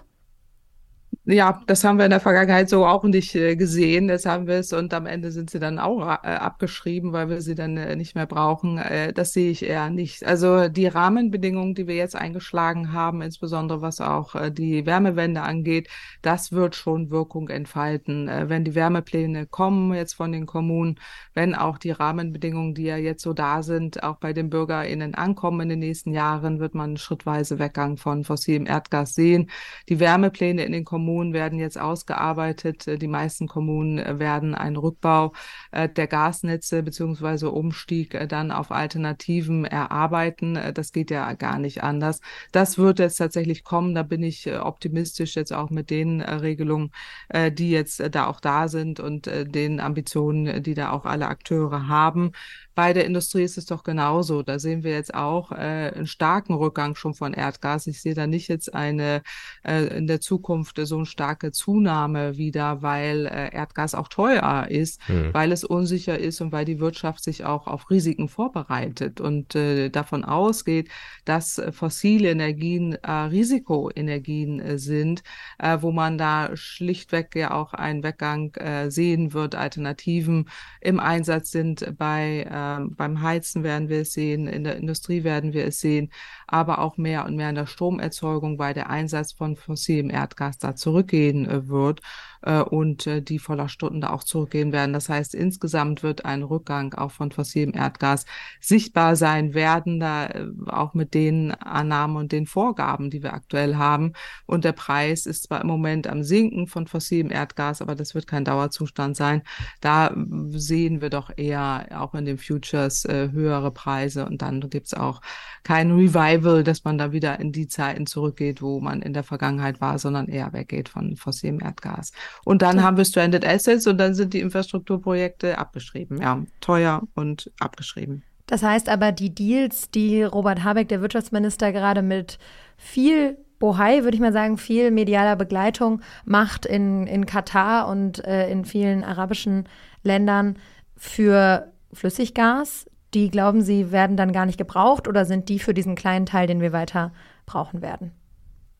Ja, das haben wir in der Vergangenheit so auch nicht äh, gesehen. Das haben wir es und am Ende sind sie dann auch äh, abgeschrieben, weil wir sie dann äh, nicht mehr brauchen. Äh, das sehe ich eher nicht. Also die Rahmenbedingungen, die wir jetzt eingeschlagen haben, insbesondere was auch äh, die Wärmewende angeht, das wird schon Wirkung entfalten. Äh, wenn die Wärmepläne kommen jetzt von den Kommunen, wenn auch die Rahmenbedingungen, die ja jetzt so da sind, auch bei den BürgerInnen ankommen in den nächsten Jahren, wird man einen schrittweise Weggang von fossilem Erdgas sehen. Die Wärmepläne in den Kommunen werden jetzt ausgearbeitet. Die meisten Kommunen werden einen Rückbau der Gasnetze beziehungsweise Umstieg dann auf Alternativen erarbeiten. Das geht ja gar nicht anders. Das wird jetzt tatsächlich kommen. Da bin ich optimistisch jetzt auch mit den Regelungen, die jetzt da auch da sind und den Ambitionen, die da auch alle Akteure haben. Bei der Industrie ist es doch genauso. Da sehen wir jetzt auch äh, einen starken Rückgang schon von Erdgas. Ich sehe da nicht jetzt eine äh, in der Zukunft so eine starke Zunahme wieder, weil äh, Erdgas auch teuer ist, mhm. weil es unsicher ist und weil die Wirtschaft sich auch auf Risiken vorbereitet und äh, davon ausgeht, dass äh, fossile Energien äh, Risikoenergien äh, sind, äh, wo man da schlichtweg ja auch einen Weggang äh, sehen wird. Alternativen im Einsatz sind bei äh, beim Heizen werden wir es sehen, in der Industrie werden wir es sehen, aber auch mehr und mehr in der Stromerzeugung, weil der Einsatz von fossilem Erdgas da zurückgehen äh, wird äh, und äh, die Volllaststunden da auch zurückgehen werden. Das heißt, insgesamt wird ein Rückgang auch von fossilem Erdgas sichtbar sein werden, da äh, auch mit den Annahmen und den Vorgaben, die wir aktuell haben. Und der Preis ist zwar im Moment am Sinken von fossilem Erdgas, aber das wird kein Dauerzustand sein. Da äh, sehen wir doch eher auch in dem Futures äh, höhere Preise und dann gibt es auch kein Revival, dass man da wieder in die Zeiten zurückgeht, wo man in der Vergangenheit war, sondern eher weggeht von fossilem Erdgas. Und dann ja. haben wir Stranded Assets und dann sind die Infrastrukturprojekte abgeschrieben. Ja, teuer und abgeschrieben. Das heißt aber, die Deals, die Robert Habeck, der Wirtschaftsminister, gerade mit viel Bohai, würde ich mal sagen, viel medialer Begleitung macht in, in Katar und äh, in vielen arabischen Ländern für Flüssiggas, die, glauben Sie, werden dann gar nicht gebraucht oder sind die für diesen kleinen Teil, den wir weiter brauchen werden?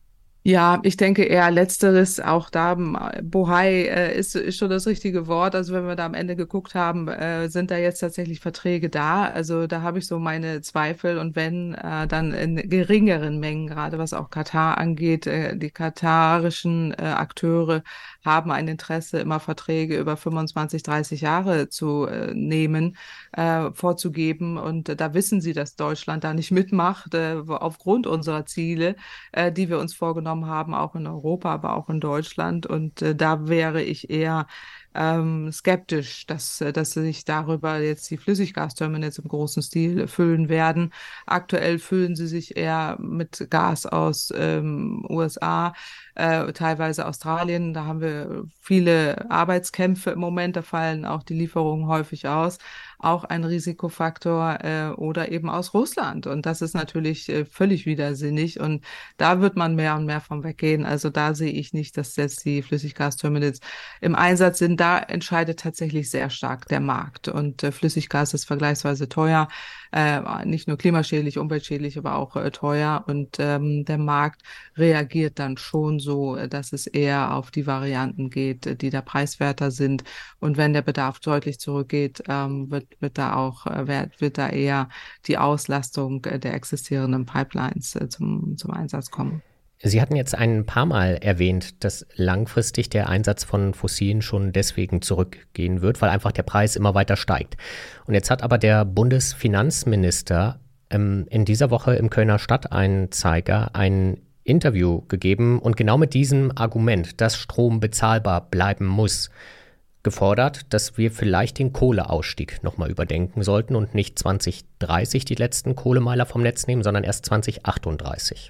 Ja, ich denke eher letzteres, auch da, m, Bohai äh, ist, ist schon das richtige Wort. Also wenn wir da am Ende geguckt haben, äh, sind da jetzt tatsächlich Verträge da. Also da habe ich so meine Zweifel und wenn, äh, dann in geringeren Mengen, gerade was auch Katar angeht. Äh, die katarischen äh, Akteure haben ein Interesse, immer Verträge über fünfundzwanzig, dreißig Jahre zu äh, nehmen, äh, vorzugeben. Und äh, da wissen sie, dass Deutschland da nicht mitmacht, äh, aufgrund unserer Ziele, äh, die wir uns vorgenommen haben, auch in Europa, aber auch in Deutschland. Und äh, da wäre ich eher ähm, skeptisch, dass, äh, dass sich darüber jetzt die Flüssiggasterminals im großen Stil füllen werden. Aktuell füllen sie sich eher mit Gas aus ähm, U S A, äh, teilweise Australien. Da haben wir viele Arbeitskämpfe im Moment, da fallen auch die Lieferungen häufig aus. Auch ein Risikofaktor äh, oder eben aus Russland. Und das ist natürlich äh, völlig widersinnig. Und da wird man mehr und mehr von weggehen. Also da sehe ich nicht, dass jetzt die Flüssiggasterminals im Einsatz sind. Da entscheidet tatsächlich sehr stark der Markt. Und äh, Flüssiggas ist vergleichsweise teuer. Äh, nicht nur klimaschädlich, umweltschädlich, aber auch äh, teuer. Und ähm, der Markt reagiert dann schon so, äh, dass es eher auf die Varianten geht, äh, die da preiswerter sind. Und wenn der Bedarf deutlich zurückgeht, ähm, wird, wird da auch, äh, wird, wird da eher die Auslastung äh, der existierenden Pipelines äh, zum, zum Einsatz kommen. Sie hatten jetzt ein paar Mal erwähnt, dass langfristig der Einsatz von Fossilen schon deswegen zurückgehen wird, weil einfach der Preis immer weiter steigt. Und jetzt hat aber der Bundesfinanzminister ähm, in dieser Woche im Kölner Stadtanzeiger ein Interview gegeben und genau mit diesem Argument, dass Strom bezahlbar bleiben muss, gefordert, dass wir vielleicht den Kohleausstieg nochmal überdenken sollten und nicht zwanzig dreißig die letzten Kohlemeiler vom Netz nehmen, sondern erst zwanzig achtunddreißig.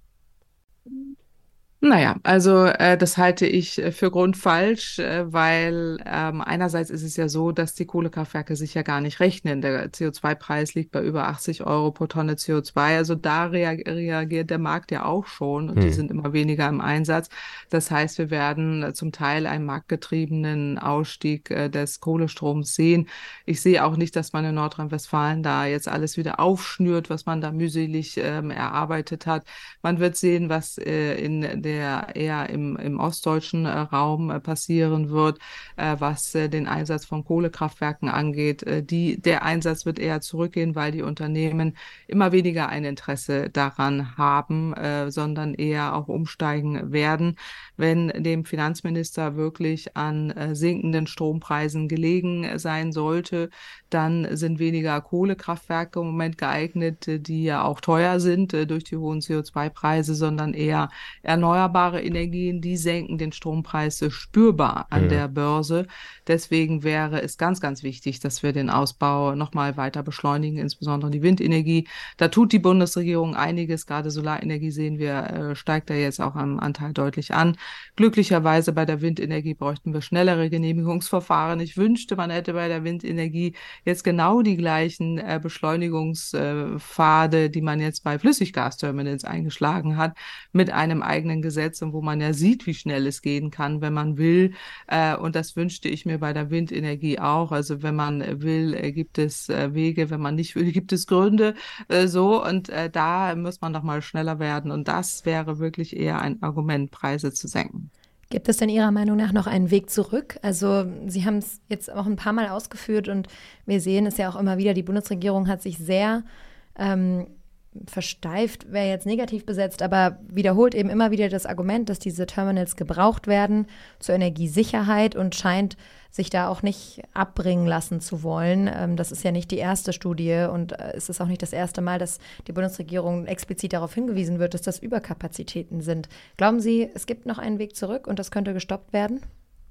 Naja, also äh, das halte ich äh, für grundfalsch, äh, weil ähm, einerseits ist es ja so, dass die Kohlekraftwerke sich ja gar nicht rechnen. Der C O zwei Preis liegt bei über achtzig Euro pro Tonne C O zwei. Also da rea- reagiert der Markt ja auch schon und hm. die sind immer weniger im Einsatz. Das heißt, wir werden äh, zum Teil einen marktgetriebenen Ausstieg äh, des Kohlestroms sehen. Ich sehe auch nicht, dass man in Nordrhein-Westfalen da jetzt alles wieder aufschnürt, was man da mühselig ähm, erarbeitet hat. Man wird sehen, was äh, in der der eher im, im ostdeutschen äh, Raum äh, passieren wird, äh, was äh, den Einsatz von Kohlekraftwerken angeht. Äh, die, der Einsatz wird eher zurückgehen, weil die Unternehmen immer weniger ein Interesse daran haben, äh, sondern eher auch umsteigen werden. Wenn dem Finanzminister wirklich an äh, sinkenden Strompreisen gelegen sein sollte, dann sind weniger Kohlekraftwerke im Moment geeignet, die ja auch teuer sind äh, durch die hohen C O zwei Preise, sondern eher erneuerbare Energien, die senken den Strompreis spürbar an mhm. der Börse. Deswegen wäre es ganz, ganz wichtig, dass wir den Ausbau nochmal weiter beschleunigen, insbesondere die Windenergie. Da tut die Bundesregierung einiges, gerade Solarenergie sehen wir, äh, steigt da jetzt auch am Anteil deutlich an. Glücklicherweise bei der Windenergie bräuchten wir schnellere Genehmigungsverfahren. Ich wünschte, man hätte bei der Windenergie jetzt genau die gleichen äh, Beschleunigungspfade, äh, die man jetzt bei Flüssiggasterminals eingeschlagen hat, mit einem eigenen Gesetz und wo man ja sieht, wie schnell es gehen kann, wenn man will. Äh, und das wünschte ich mir bei der Windenergie auch. Also wenn man will, äh, gibt es äh, Wege, wenn man nicht will, gibt es Gründe. Äh, so und äh, da muss man doch mal schneller werden. Und das wäre wirklich eher ein Argument, Preise zu senken. Gibt es denn Ihrer Meinung nach noch einen Weg zurück? Also Sie haben es jetzt auch ein paar Mal ausgeführt und wir sehen es ja auch immer wieder, die Bundesregierung hat sich sehr ähm, versteift, wäre jetzt negativ besetzt, aber wiederholt eben immer wieder das Argument, dass diese Terminals gebraucht werden zur Energiesicherheit und scheint sich da auch nicht abbringen lassen zu wollen. Ähm, das ist ja nicht die erste Studie und äh, es ist auch nicht das erste Mal, dass die Bundesregierung explizit darauf hingewiesen wird, dass das Überkapazitäten sind. Glauben Sie, es gibt noch einen Weg zurück und das könnte gestoppt werden?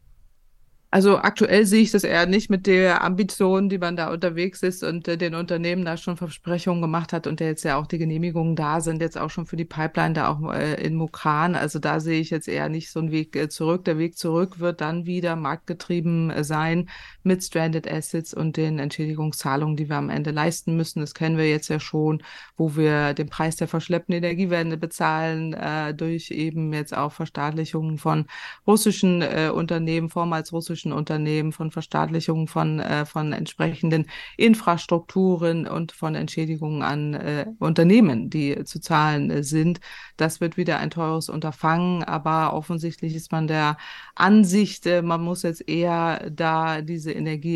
Also aktuell sehe ich das eher nicht mit der Ambition, die man da unterwegs ist und äh, den Unternehmen da schon Versprechungen gemacht hat und der jetzt ja auch die Genehmigungen da sind, jetzt auch schon für die Pipeline da auch äh, in Mukran. Also da sehe ich jetzt eher nicht so einen Weg äh, zurück. Der Weg zurück wird dann wieder marktgetrieben äh, sein mit Stranded Assets und den Entschädigungszahlungen, die wir am Ende leisten müssen. Das kennen wir jetzt ja schon, wo wir den Preis der verschleppten Energiewende bezahlen äh, durch eben jetzt auch Verstaatlichungen von russischen äh, Unternehmen, vormals russischen mittelständischen Unternehmen, von Verstaatlichungen von, äh, von entsprechenden Infrastrukturen und von Entschädigungen an äh, Unternehmen, die zu zahlen äh, sind. Das wird wieder ein teures Unterfangen, aber offensichtlich ist man der Ansicht, äh, man muss jetzt eher da diese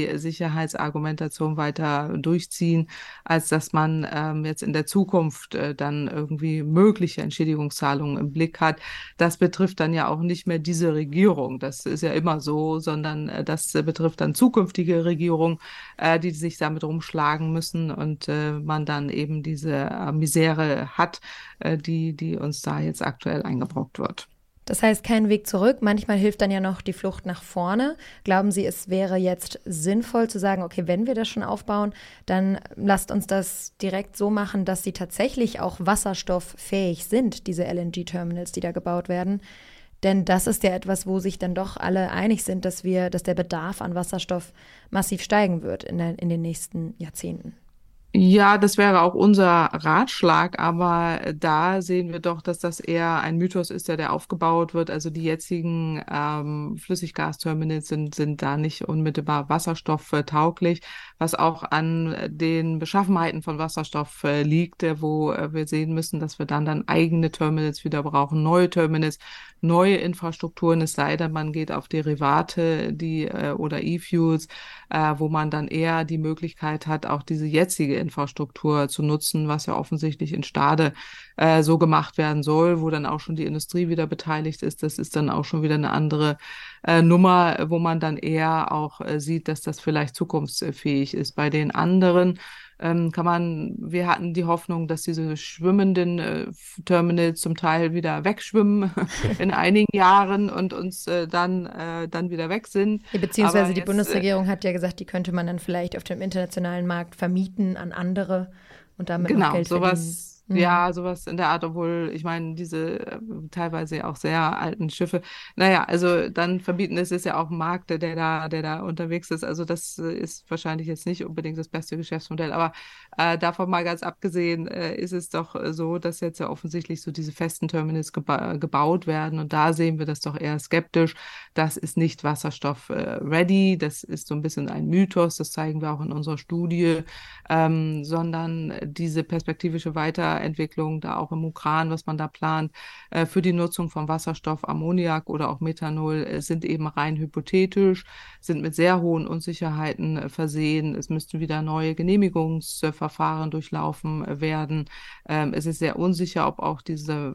Energiesicherheitsargumentation weiter durchziehen, als dass man ähm, jetzt in der Zukunft äh, dann irgendwie mögliche Entschädigungszahlungen im Blick hat. Das betrifft dann ja auch nicht mehr diese Regierung. Das ist ja immer so, sondern äh, das äh, betrifft dann zukünftige Regierungen, äh, die sich damit rumschlagen müssen und äh, man dann eben diese äh, Misere hat, äh, die, die uns da jetzt aktuell eingebrockt wird. Das heißt, kein Weg zurück. Manchmal hilft dann ja noch die Flucht nach vorne. Glauben Sie, es wäre jetzt sinnvoll zu sagen, okay, wenn wir das schon aufbauen, dann lasst uns das direkt so machen, dass sie tatsächlich auch wasserstofffähig sind, diese L N G-Terminals, die da gebaut werden. Denn das ist ja etwas, wo sich dann doch alle einig sind, dass wir, dass der Bedarf an Wasserstoff massiv steigen wird in, der, in den nächsten Jahrzehnten. Ja, das wäre auch unser Ratschlag, aber da sehen wir doch, dass das eher ein Mythos ist, der, der aufgebaut wird. Also die jetzigen ähm, Flüssiggasterminals sind, sind da nicht unmittelbar wasserstofftauglich, was auch an den Beschaffenheiten von Wasserstoff äh, liegt, äh, wo äh, wir sehen müssen, dass wir dann dann eigene Terminals wieder brauchen, neue Terminals, neue Infrastrukturen, es sei denn, man geht auf Derivate, die äh, oder E-Fuels, äh, wo man dann eher die Möglichkeit hat, auch diese jetzige Infrastruktur zu nutzen, was ja offensichtlich in Stade äh, so gemacht werden soll, wo dann auch schon die Industrie wieder beteiligt ist. Das ist dann auch schon wieder eine andere äh, Nummer, wo man dann eher auch äh, sieht, dass das vielleicht zukunftsfähig ist. Bei den anderen ähm, kann man, wir hatten die Hoffnung, dass diese schwimmenden äh, Terminals zum Teil wieder wegschwimmen in einigen Jahren und uns äh, dann, äh, dann wieder weg sind. Ja, beziehungsweise Aber die jetzt, Bundesregierung hat ja gesagt, die könnte man dann vielleicht auf dem internationalen Markt vermieten an andere und damit genau, noch Geld sowas, verdienen. ja, sowas in der Art, obwohl, ich meine, diese äh, teilweise auch sehr alten Schiffe, naja, also dann verbieten, es ist ja auch ein Markt, der der da, der da unterwegs ist, also das äh, ist wahrscheinlich jetzt nicht unbedingt das beste Geschäftsmodell, aber äh, davon mal ganz abgesehen, äh, ist es doch äh, so, dass jetzt ja offensichtlich so diese festen Terminals geba gebaut werden und da sehen wir das doch eher skeptisch. Das ist nicht wasserstoff-ready, äh, das ist so ein bisschen ein Mythos, das zeigen wir auch in unserer Studie, ähm, sondern diese perspektivische Weiterentwicklung, da auch im Ukran, was man da plant, äh, für die Nutzung von Wasserstoff, Ammoniak oder auch Methanol, äh, sind eben rein hypothetisch, sind mit sehr hohen Unsicherheiten äh, versehen. Es müssten wieder neue Genehmigungsverfahren durchlaufen äh, werden. Ähm, es ist sehr unsicher, ob auch diese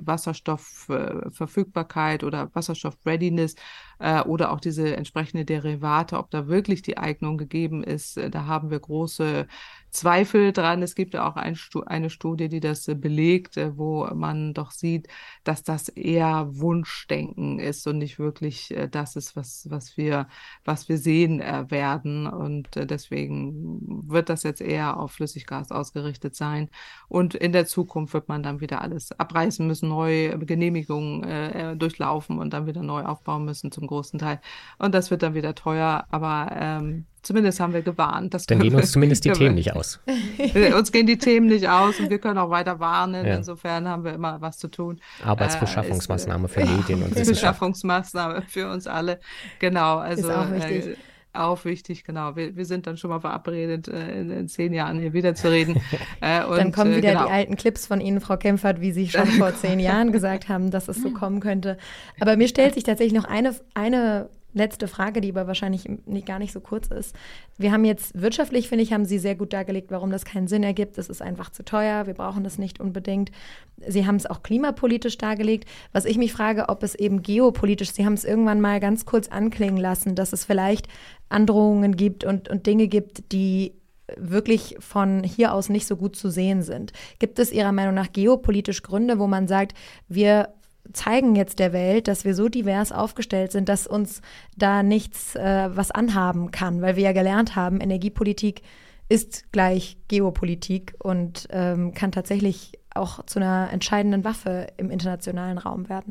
Wasserstoffverfügbarkeit äh, oder Wasserstoff-Readiness äh, oder auch diese entsprechende Derivate, ob da wirklich die Eignung gegeben ist. Äh, da haben wir große Zweifel dran. Es gibt ja auch ein Stu- eine Studie, die das äh, belegt, äh, wo man doch sieht, dass das eher Wunschdenken ist und nicht wirklich äh, das ist, was, was wir, was wir sehen äh, werden. Und äh, deswegen wird das jetzt eher auf Flüssiggas ausgerichtet sein. Und in der Zukunft wird man dann wieder alles abreißen müssen, neue Genehmigungen äh, durchlaufen und dann wieder neu aufbauen müssen zum großen Teil. Und das wird dann wieder teuer, aber ähm, zumindest haben wir gewarnt. Das Dann gehen wir, uns zumindest die wir, Themen nicht aus. Uns gehen die Themen nicht aus und wir können auch weiter warnen. Ja. Insofern haben wir immer was zu tun. Arbeitsbeschaffungsmaßnahme äh, für Medien und Wissenschaft. Beschaffungsmaßnahme für uns alle. Genau, also Ist auch wichtig. Äh, auch wichtig, genau. Wir, wir sind dann schon mal verabredet, äh, in, in zehn Jahren hier wieder zu reden. Äh, und, Dann kommen wieder äh, genau. die alten Clips von Ihnen, Frau Kempfert, wie Sie schon vor zehn Jahren gesagt haben, dass es so kommen könnte. Aber mir stellt sich tatsächlich noch eine, eine letzte Frage, die aber wahrscheinlich nicht, gar nicht so kurz ist. Wir haben jetzt wirtschaftlich, finde ich, haben Sie sehr gut dargelegt, warum das keinen Sinn ergibt. Es ist einfach zu teuer, wir brauchen das nicht unbedingt. Sie haben es auch klimapolitisch dargelegt. Was ich mich frage, ob es eben geopolitisch, Sie haben es irgendwann mal ganz kurz anklingen lassen, dass es vielleicht Androhungen gibt und, und Dinge gibt, die wirklich von hier aus nicht so gut zu sehen sind. Gibt es Ihrer Meinung nach geopolitisch Gründe, wo man sagt, wir zeigen jetzt der Welt, dass wir so divers aufgestellt sind, dass uns da nichts äh, was anhaben kann, weil wir ja gelernt haben, Energiepolitik ist gleich Geopolitik und ähm, kann tatsächlich auch zu einer entscheidenden Waffe im internationalen Raum werden.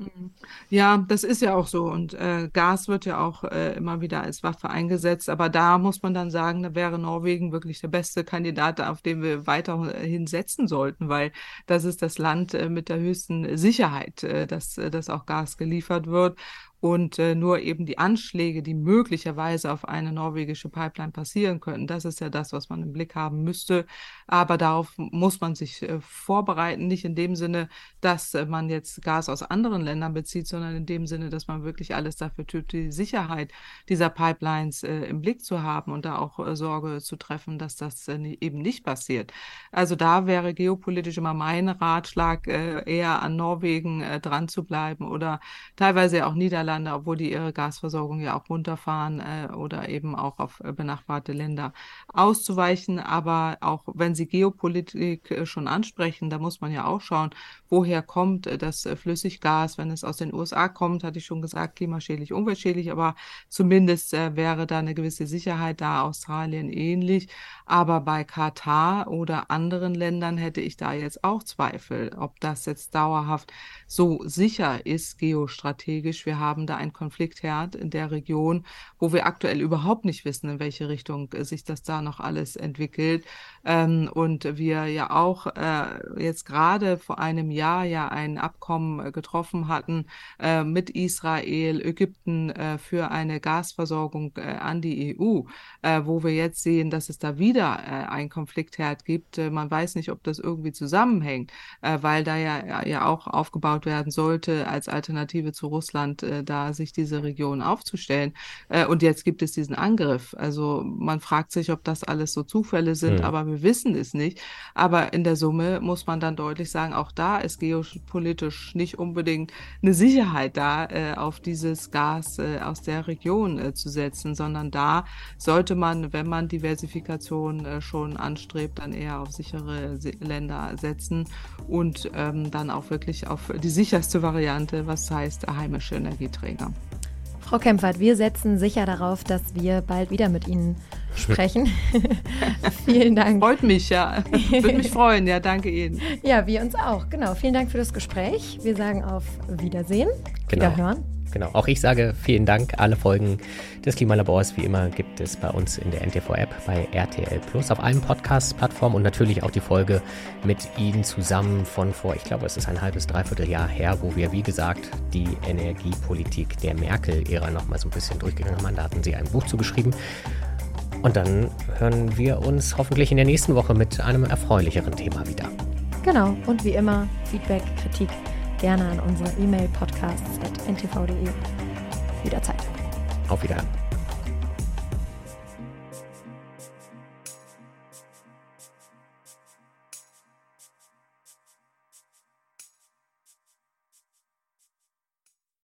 Ja, das ist ja auch so und äh, Gas wird ja auch äh, immer wieder als Waffe eingesetzt, aber da muss man dann sagen, da wäre Norwegen wirklich der beste Kandidat, auf den wir weiterhin setzen sollten, weil das ist das Land äh, mit der höchsten Sicherheit, äh, dass, äh, dass auch Gas geliefert wird. Und äh, nur eben die Anschläge, die möglicherweise auf eine norwegische Pipeline passieren könnten, das ist ja das, was man im Blick haben müsste. Aber darauf muss man sich äh, vorbereiten, nicht in dem Sinne, dass äh, man jetzt Gas aus anderen Ländern bezieht, sondern in dem Sinne, dass man wirklich alles dafür tut, die Sicherheit dieser Pipelines äh, im Blick zu haben und da auch äh, Sorge zu treffen, dass das äh, eben nicht passiert. Also da wäre geopolitisch immer mein Ratschlag, äh, eher an Norwegen äh, dran zu bleiben oder teilweise auch Niederlande, obwohl die ihre Gasversorgung ja auch runterfahren äh, oder eben auch auf äh, benachbarte Länder auszuweichen. Aber auch wenn Sie Geopolitik äh, schon ansprechen, da muss man ja auch schauen, woher kommt äh, das äh, Flüssiggas. Wenn es aus den U S A kommt, hatte ich schon gesagt, klimaschädlich, umweltschädlich, aber zumindest äh, wäre da eine gewisse Sicherheit da, Australien ähnlich. Aber bei Katar oder anderen Ländern hätte ich da jetzt auch Zweifel, ob das jetzt dauerhaft so sicher ist, geostrategisch. Wir haben da einen Konfliktherd in der Region, wo wir aktuell überhaupt nicht wissen, in welche Richtung sich das da noch alles entwickelt. Ähm, und wir ja auch äh, jetzt gerade vor einem Jahr ja ein Abkommen äh, getroffen hatten äh, mit Israel, Ägypten äh, für eine Gasversorgung äh, an die E U, äh, wo wir jetzt sehen, dass es da wieder äh, einen Konfliktherd gibt. Äh, man weiß nicht, ob das irgendwie zusammenhängt, äh, weil da ja, ja auch aufgebaut werden sollte, als Alternative zu Russland, äh, da sich diese Region aufzustellen. Äh, und jetzt gibt es diesen Angriff. Also man fragt sich, ob das alles so Zufälle sind, mhm. aber wir wissen es nicht. Aber in der Summe muss man dann deutlich sagen, auch da ist geopolitisch nicht unbedingt eine Sicherheit da, äh, auf dieses Gas äh, aus der Region äh, zu setzen, sondern da sollte man, wenn man Diversifikation äh, schon anstrebt, dann eher auf sichere Länder setzen und ähm, dann auch wirklich auf die sicherste Variante, was heißt heimische Energieträger. Frau Kempfert, wir setzen sicher darauf, dass wir bald wieder mit Ihnen sprechen. Vielen Dank. Freut mich, ja. Würde mich freuen, ja, danke Ihnen. Ja, wir uns auch, genau. Vielen Dank für das Gespräch. Wir sagen auf Wiedersehen, genau. Wiederhören. Genau, auch ich sage vielen Dank. Alle Folgen des Klimalabors, wie immer, gibt es bei uns in der N T V-App, bei R T L Plus, auf allen Podcast-Plattformen und natürlich auch die Folge mit Ihnen zusammen von vor, ich glaube, es ist ein halbes, dreiviertel Jahr her, wo wir, wie gesagt, die Energiepolitik der Merkel-Ära nochmal so ein bisschen durchgegangen haben. Da hatten Sie ein Buch zugeschrieben. Und dann hören wir uns hoffentlich in der nächsten Woche mit einem erfreulicheren Thema wieder. Genau, und wie immer, Feedback, Kritik, gerne an unsere E-Mail podcasts at n t v punkt d e. Jederzeit. Auf Wiedersehen.